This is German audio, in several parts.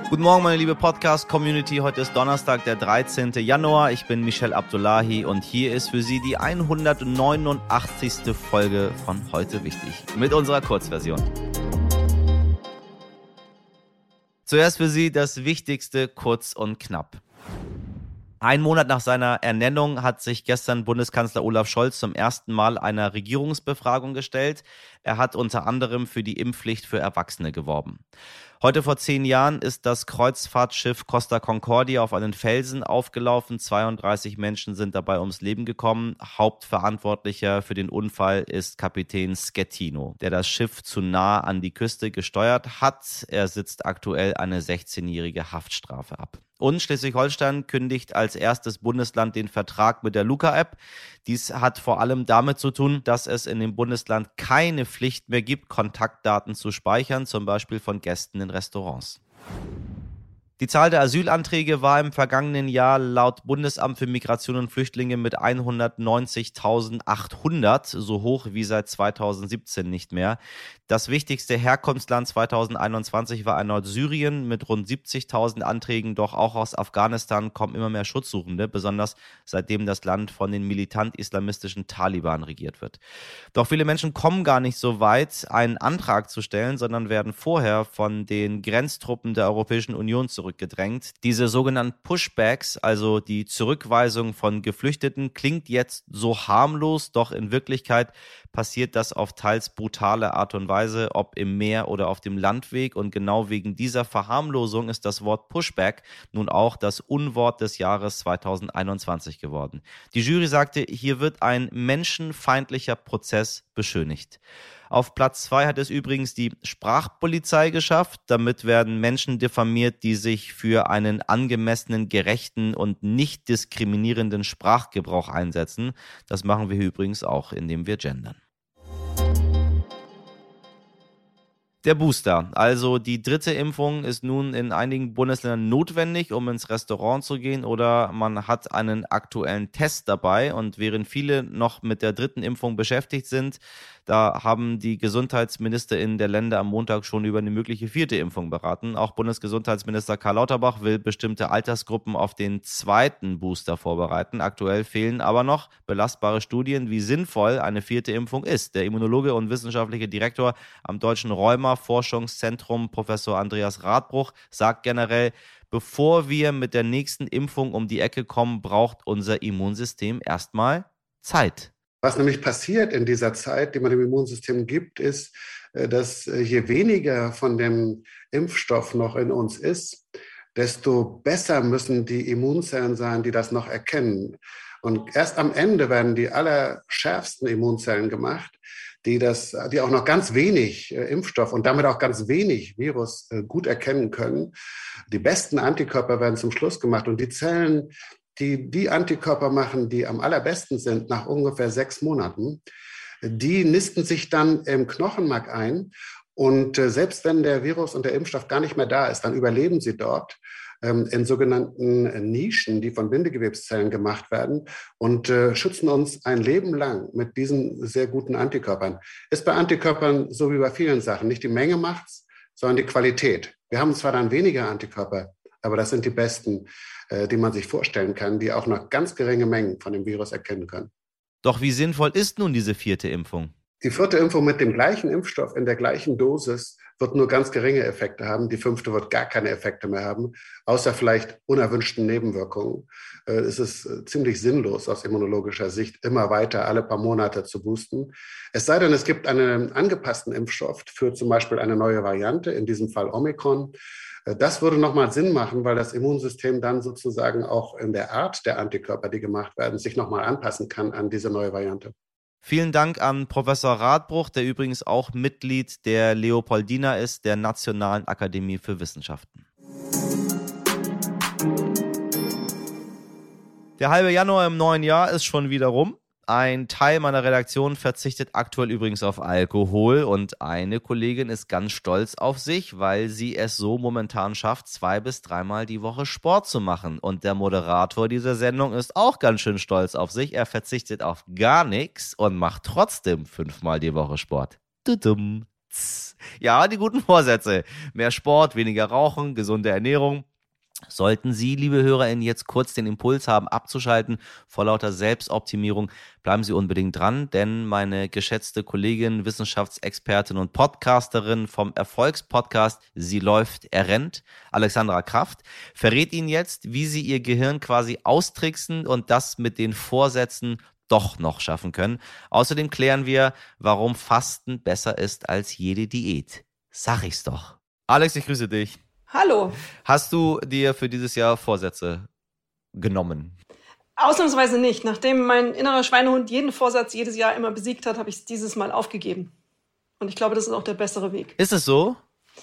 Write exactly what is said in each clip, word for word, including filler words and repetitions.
Guten Morgen, meine liebe Podcast-Community. Heute ist Donnerstag, der dreizehnten Januar. Ich bin Michel Abdullahi und hier ist für Sie die hundertneunundachtzigste Folge von Heute Wichtig mit unserer Kurzversion. Zuerst für Sie das Wichtigste kurz und knapp. Ein Monat nach seiner Ernennung hat sich gestern Bundeskanzler Olaf Scholz zum ersten Mal einer Regierungsbefragung gestellt. Er hat unter anderem für die Impfpflicht für Erwachsene geworben. Heute vor zehn Jahren ist das Kreuzfahrtschiff Costa Concordia auf einen Felsen aufgelaufen. zweiunddreißig Menschen sind dabei ums Leben gekommen. Hauptverantwortlicher für den Unfall ist Kapitän Schettino, der das Schiff zu nah an die Küste gesteuert hat. Er sitzt aktuell eine sechzehnjährige Haftstrafe ab. Und Schleswig-Holstein kündigt als erstes Bundesland den Vertrag mit der Luca-App. Dies hat vor allem damit zu tun, dass es in dem Bundesland keine Pflicht mehr gibt, Kontaktdaten zu speichern, zum Beispiel von Gästen in Restaurants. Die Zahl der Asylanträge war im vergangenen Jahr laut Bundesamt für Migration und Flüchtlinge mit hundertneunzigtausendachthundert, so hoch wie seit zweitausendsiebzehn nicht mehr. Das wichtigste Herkunftsland zweitausendeinundzwanzig war erneut Syrien mit rund siebzigtausend Anträgen, doch auch aus Afghanistan kommen immer mehr Schutzsuchende, besonders seitdem das Land von den militant-islamistischen Taliban regiert wird. Doch viele Menschen kommen gar nicht so weit, einen Antrag zu stellen, sondern werden vorher von den Grenztruppen der Europäischen Union zurückgezogen. Zurückgedrängt. Diese sogenannten Pushbacks, also die Zurückweisung von Geflüchteten, klingt jetzt so harmlos, doch in Wirklichkeit passiert das auf teils brutale Art und Weise, ob im Meer oder auf dem Landweg. Und genau wegen dieser Verharmlosung ist das Wort Pushback nun auch das Unwort des Jahres zweitausendeinundzwanzig geworden. Die Jury sagte, hier wird ein menschenfeindlicher Prozess beschönigt. Auf Platz zwei hat es übrigens die Sprachpolizei geschafft. Damit werden Menschen diffamiert, die sich für einen angemessenen, gerechten und nicht diskriminierenden Sprachgebrauch einsetzen. Das machen wir übrigens auch, indem wir gendern. Der Booster, also die dritte Impfung, ist nun in einigen Bundesländern notwendig, um ins Restaurant zu gehen, oder man hat einen aktuellen Test dabei. Und während viele noch mit der dritten Impfung beschäftigt sind, da haben die GesundheitsministerInnen der Länder am Montag schon über eine mögliche vierte Impfung beraten. Auch Bundesgesundheitsminister Karl Lauterbach will bestimmte Altersgruppen auf den zweiten Booster vorbereiten. Aktuell fehlen aber noch belastbare Studien, wie sinnvoll eine vierte Impfung ist. Der Immunologe und wissenschaftliche Direktor am Deutschen Rheuma-Forschungszentrum, Professor Andreas Radbruch, sagt generell, bevor wir mit der nächsten Impfung um die Ecke kommen, braucht unser Immunsystem erstmal Zeit. Was nämlich passiert in dieser Zeit, die man dem Immunsystem gibt, ist, dass je weniger von dem Impfstoff noch in uns ist, desto besser müssen die Immunzellen sein, die das noch erkennen. Und erst am Ende werden die allerschärfsten Immunzellen gemacht, die das, die auch noch ganz wenig Impfstoff und damit auch ganz wenig Virus gut erkennen können. Die besten Antikörper werden zum Schluss gemacht und die Zellen, die die Antikörper machen, die am allerbesten sind, nach ungefähr sechs Monaten, die nisten sich dann im Knochenmark ein. Und äh, selbst wenn der Virus und der Impfstoff gar nicht mehr da ist, dann überleben sie dort ähm, in sogenannten Nischen, die von Bindegewebszellen gemacht werden und äh, schützen uns ein Leben lang mit diesen sehr guten Antikörpern. Ist bei Antikörpern so wie bei vielen Sachen. Nicht die Menge macht's, sondern die Qualität. Wir haben zwar dann weniger Antikörper, aber das sind die besten, die man sich vorstellen kann, die auch noch ganz geringe Mengen von dem Virus erkennen können. Doch wie sinnvoll ist nun diese vierte Impfung? Die vierte Impfung mit dem gleichen Impfstoff in der gleichen Dosis wird nur ganz geringe Effekte haben. Die fünfte wird gar keine Effekte mehr haben, außer vielleicht unerwünschten Nebenwirkungen. Es ist ziemlich sinnlos aus immunologischer Sicht, immer weiter alle paar Monate zu boosten. Es sei denn, es gibt einen angepassten Impfstoff für zum Beispiel eine neue Variante, in diesem Fall Omikron. Das würde nochmal Sinn machen, weil das Immunsystem dann sozusagen auch in der Art der Antikörper, die gemacht werden, sich nochmal anpassen kann an diese neue Variante. Vielen Dank an Professor Radbruch, der übrigens auch Mitglied der Leopoldina ist, der Nationalen Akademie für Wissenschaften. Der halbe Januar im neuen Jahr ist schon wieder rum. Ein Teil meiner Redaktion verzichtet aktuell übrigens auf Alkohol und eine Kollegin ist ganz stolz auf sich, weil sie es so momentan schafft, zwei bis dreimal die Woche Sport zu machen. Und der Moderator dieser Sendung ist auch ganz schön stolz auf sich. Er verzichtet auf gar nichts und macht trotzdem fünfmal die Woche Sport. Tudum. Ja, die guten Vorsätze. Mehr Sport, weniger Rauchen, gesunde Ernährung. Sollten Sie, liebe HörerInnen, jetzt kurz den Impuls haben, abzuschalten vor lauter Selbstoptimierung, bleiben Sie unbedingt dran, denn meine geschätzte Kollegin, Wissenschaftsexpertin und Podcasterin vom Erfolgspodcast Sie läuft, er rennt, Alexandra Kraft, verrät Ihnen jetzt, wie Sie Ihr Gehirn quasi austricksen und das mit den Vorsätzen doch noch schaffen können. Außerdem klären wir, warum Fasten besser ist als jede Diät. Sag ich's doch. Alex, ich grüße dich. Hallo. Hast du dir für dieses Jahr Vorsätze genommen? Ausnahmsweise nicht. Nachdem mein innerer Schweinehund jeden Vorsatz jedes Jahr immer besiegt hat, habe ich es dieses Mal aufgegeben. Und ich glaube, das ist auch der bessere Weg. Ist es so?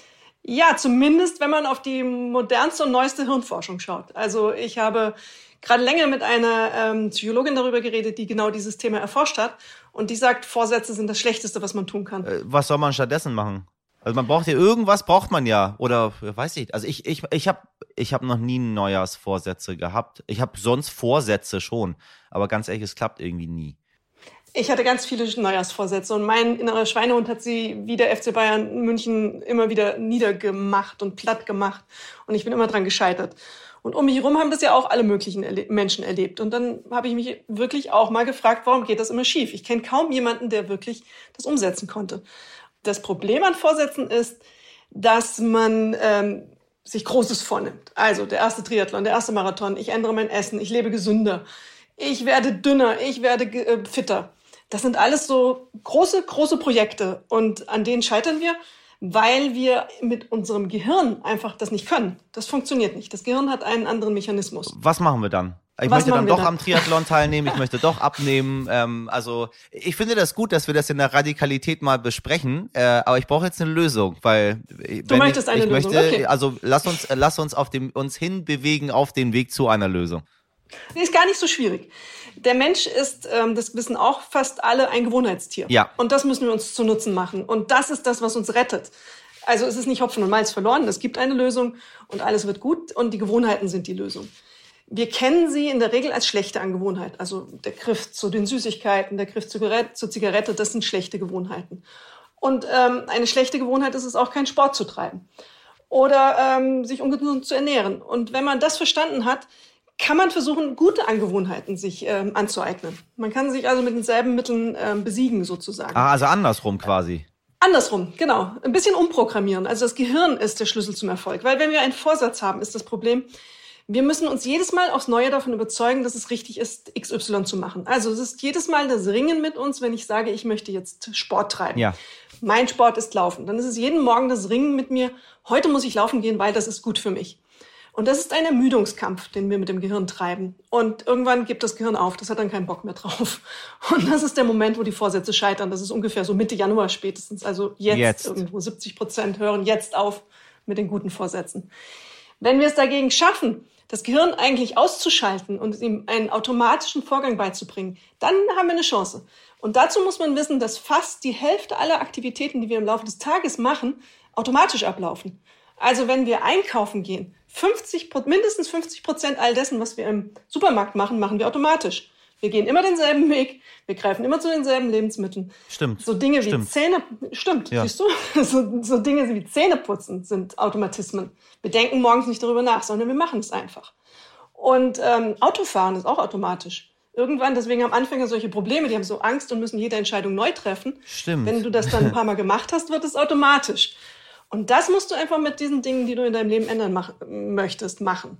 Ja, zumindest wenn man auf die modernste und neueste Hirnforschung schaut. Also ich habe gerade länger mit einer ähm, Psychologin darüber geredet, die genau dieses Thema erforscht hat. Und die sagt, Vorsätze sind das Schlechteste, was man tun kann. Äh, was soll man stattdessen machen? Also man braucht ja irgendwas, braucht man ja. Oder weiß ich. Also ich, ich, ich habe ich hab noch nie Neujahrsvorsätze gehabt. Ich habe sonst Vorsätze schon. Aber ganz ehrlich, es klappt irgendwie nie. Ich hatte ganz viele Neujahrsvorsätze und mein innerer Schweinehund hat sie wie der F C Bayern München immer wieder niedergemacht und platt gemacht. Und ich bin immer dran gescheitert. Und um mich herum haben das ja auch alle möglichen Erle- Menschen erlebt. Und dann habe ich mich wirklich auch mal gefragt, warum geht das immer schief? Ich kenne kaum jemanden, der wirklich das umsetzen konnte. Das Problem an Vorsätzen ist, dass man ähm, sich Großes vornimmt. Also der erste Triathlon, der erste Marathon, ich ändere mein Essen, ich lebe gesünder, ich werde dünner, ich werde äh, fitter. Das sind alles so große, große Projekte und an denen scheitern wir, weil wir mit unserem Gehirn einfach das nicht können. Das funktioniert nicht. Das Gehirn hat einen anderen Mechanismus. Was machen wir dann? Ich Was möchte dann machen wir doch dann? am Triathlon teilnehmen, ich möchte doch abnehmen. Ähm, also ich finde das gut, dass wir das in der Radikalität mal besprechen, äh, aber ich brauche jetzt eine Lösung, weil Du wenn möchtest ich, eine ich Lösung, möchte, okay. also lass uns, äh, lass uns auf dem uns hinbewegen auf den Weg zu einer Lösung. Nee, ist gar nicht so schwierig. Der Mensch ist, ähm, das wissen auch fast alle, ein Gewohnheitstier. Ja. Und das müssen wir uns zu Nutzen machen. Und das ist das, was uns rettet. Also es ist nicht Hopfen und Malz verloren, es gibt eine Lösung und alles wird gut und die Gewohnheiten sind die Lösung. Wir kennen sie in der Regel als schlechte Angewohnheit. Also der Griff zu den Süßigkeiten, der Griff zur Zigarette, zur Zigarette, das sind schlechte Gewohnheiten. Und ähm, eine schlechte Gewohnheit ist es auch, keinen Sport zu treiben oder ähm, sich ungesund zu ernähren. Und wenn man das verstanden hat, kann man versuchen, gute Angewohnheiten sich ähm, anzueignen. Man kann sich also mit denselben Mitteln ähm, besiegen sozusagen. Ah, also andersrum quasi. Andersrum, genau. Ein bisschen umprogrammieren. Also das Gehirn ist der Schlüssel zum Erfolg. Weil wenn wir einen Vorsatz haben, ist das Problem, wir müssen uns jedes Mal aufs Neue davon überzeugen, dass es richtig ist, X Y zu machen. Also es ist jedes Mal das Ringen mit uns, wenn ich sage, ich möchte jetzt Sport treiben. Ja. Mein Sport ist Laufen. Dann ist es jeden Morgen das Ringen mit mir. Heute muss ich laufen gehen, weil das ist gut für mich. Und das ist ein Ermüdungskampf, den wir mit dem Gehirn treiben. Und irgendwann gibt das Gehirn auf, das hat dann keinen Bock mehr drauf. Und das ist der Moment, wo die Vorsätze scheitern. Das ist ungefähr so Mitte Januar spätestens. Also jetzt, Jetzt. irgendwo siebzig Prozent hören jetzt auf mit den guten Vorsätzen. Wenn wir es dagegen schaffen, das Gehirn eigentlich auszuschalten und ihm einen automatischen Vorgang beizubringen, dann haben wir eine Chance. Und dazu muss man wissen, dass fast die Hälfte aller Aktivitäten, die wir im Laufe des Tages machen, automatisch ablaufen. Also wenn wir einkaufen gehen, fünfzig, mindestens fünfzig Prozent all dessen, was wir im Supermarkt machen, machen wir automatisch. Wir gehen immer denselben Weg, wir greifen immer zu denselben Lebensmitteln. Stimmt. So Dinge Stimmt. wie Zähne, stimmt, Ja. siehst du? So, so Dinge wie Zähneputzen sind Automatismen. Wir denken morgens nicht darüber nach, sondern wir machen es einfach. Und ähm, Autofahren ist auch automatisch. Irgendwann, deswegen haben Anfänger solche Probleme, die haben so Angst und müssen jede Entscheidung neu treffen. Stimmt. Wenn du das dann ein paar Mal gemacht hast, wird es automatisch. Und das musst du einfach mit diesen Dingen, die du in deinem Leben ändern mach, möchtest, machen.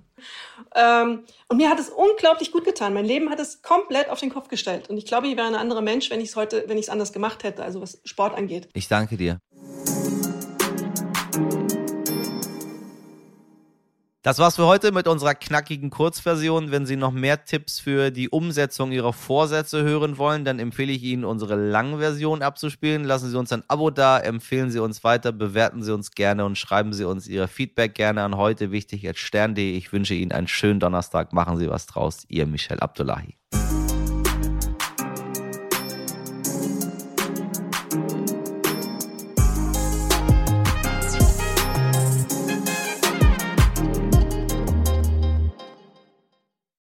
Ähm, und mir hat es unglaublich gut getan. Mein Leben hat es komplett auf den Kopf gestellt. Und ich glaube, ich wäre ein anderer Mensch, wenn ich es heute, wenn ich es anders gemacht hätte, also was Sport angeht. Ich danke dir. Das war's für heute mit unserer knackigen Kurzversion. Wenn Sie noch mehr Tipps für die Umsetzung Ihrer Vorsätze hören wollen, dann empfehle ich Ihnen, unsere Langversion abzuspielen. Lassen Sie uns ein Abo da, empfehlen Sie uns weiter, bewerten Sie uns gerne und schreiben Sie uns Ihr Feedback gerne an heute wichtig at stern punkt de. Ich wünsche Ihnen einen schönen Donnerstag. Machen Sie was draus. Ihr Michel Abdullahi.